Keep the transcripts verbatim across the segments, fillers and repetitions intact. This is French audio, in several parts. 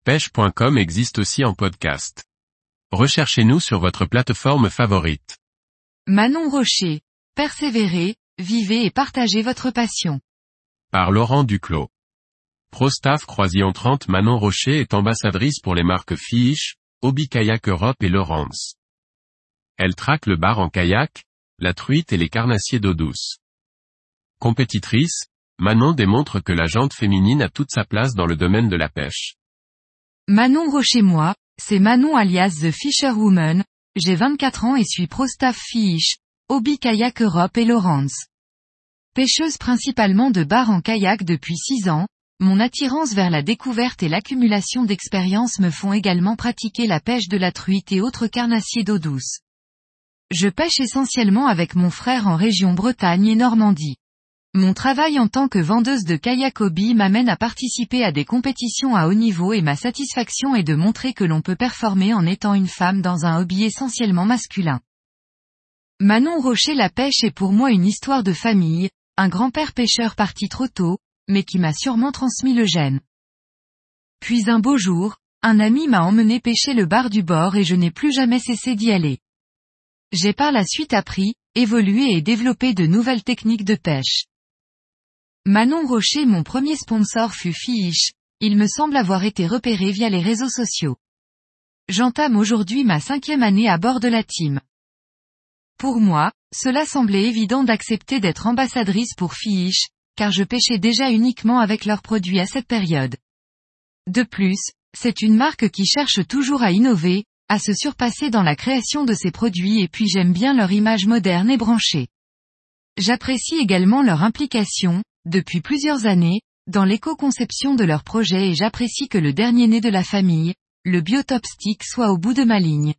pêche point com existe aussi en podcast. Recherchez-nous sur votre plateforme favorite. Manon Rocher. Persévérez, vivez et partagez votre passion. Par Laurent Duclos. ProStaff Croisillon trente Manon Rocher est ambassadrice pour les marques Fish, Hobby Kayak Europe et Lowrance. Elle traque le bar en kayak, la truite et les carnassiers d'eau douce. Compétitrice, Manon démontre que la jante féminine a toute sa place dans le domaine de la pêche. Manon Rocher moi, c'est Manon alias The Fisherwoman, j'ai vingt-quatre ans et suis ProStaff Fish, Hobby Kayak Europe et Lowrance. Pêcheuse principalement de bar en kayak depuis six ans, mon attirance vers la découverte et l'accumulation d'expériences me font également pratiquer la pêche de la truite et autres carnassiers d'eau douce. Je pêche essentiellement avec mon frère en région Bretagne et Normandie. Mon travail en tant que vendeuse de kayak hobby m'amène à participer à des compétitions à haut niveau et ma satisfaction est de montrer que l'on peut performer en étant une femme dans un hobby essentiellement masculin. Manon Rocher la pêche est pour moi une histoire de famille, un grand-père pêcheur parti trop tôt, mais qui m'a sûrement transmis le gène. Puis un beau jour, un ami m'a emmené pêcher le bar du bord et je n'ai plus jamais cessé d'y aller. J'ai par la suite appris, évolué et développé de nouvelles techniques de pêche. Manon Rocher mon premier sponsor fut Fish, il me semble avoir été repéré via les réseaux sociaux. J'entame aujourd'hui ma cinquième année à bord de la team. Pour moi, cela semblait évident d'accepter d'être ambassadrice pour Fish, car je pêchais déjà uniquement avec leurs produits à cette période. De plus, c'est une marque qui cherche toujours à innover, à se surpasser dans la création de ses produits et puis j'aime bien leur image moderne et branchée. J'apprécie également leur implication, depuis plusieurs années, dans l'éco-conception de leurs projets et j'apprécie que le dernier-né de la famille, le Biotop Stick soit au bout de ma ligne.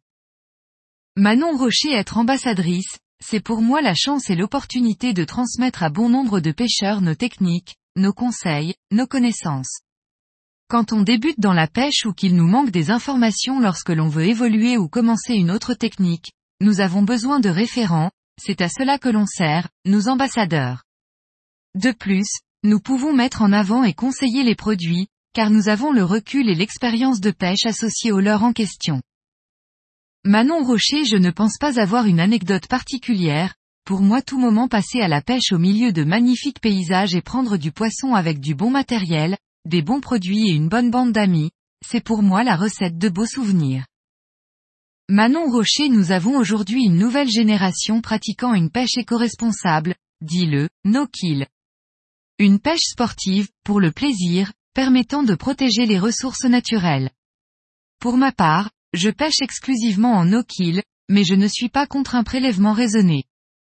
Manon Rocher être ambassadrice, c'est pour moi la chance et l'opportunité de transmettre à bon nombre de pêcheurs nos techniques, nos conseils, nos connaissances. Quand on débute dans la pêche ou qu'il nous manque des informations lorsque l'on veut évoluer ou commencer une autre technique, nous avons besoin de référents, c'est à cela que l'on sert, nous ambassadeurs. De plus, nous pouvons mettre en avant et conseiller les produits, car nous avons le recul et l'expérience de pêche associée au leurre en question. Manon Rocher je ne pense pas avoir une anecdote particulière, pour moi tout moment passé à la pêche au milieu de magnifiques paysages et prendre du poisson avec du bon matériel, des bons produits et une bonne bande d'amis, c'est pour moi la recette de beaux souvenirs. Manon Rocher nous avons aujourd'hui une nouvelle génération pratiquant une pêche éco-responsable, dit le « no-kill ». Une pêche sportive, pour le plaisir, permettant de protéger les ressources naturelles. Pour ma part, je pêche exclusivement en no-kill, mais je ne suis pas contre un prélèvement raisonné.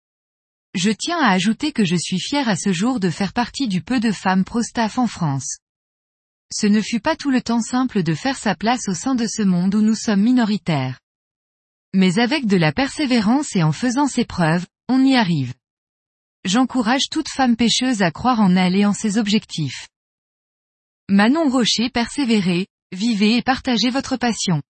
Je tiens à ajouter que je suis fière à ce jour de faire partie du peu de femmes ProStaff en France. Ce ne fut pas tout le temps simple de faire sa place au sein de ce monde où nous sommes minoritaires. Mais avec de la persévérance et en faisant ses preuves, on y arrive. J'encourage toute femme pêcheuse à croire en elle et en ses objectifs. Manon Rocher persévérez, vivez et partagez votre passion.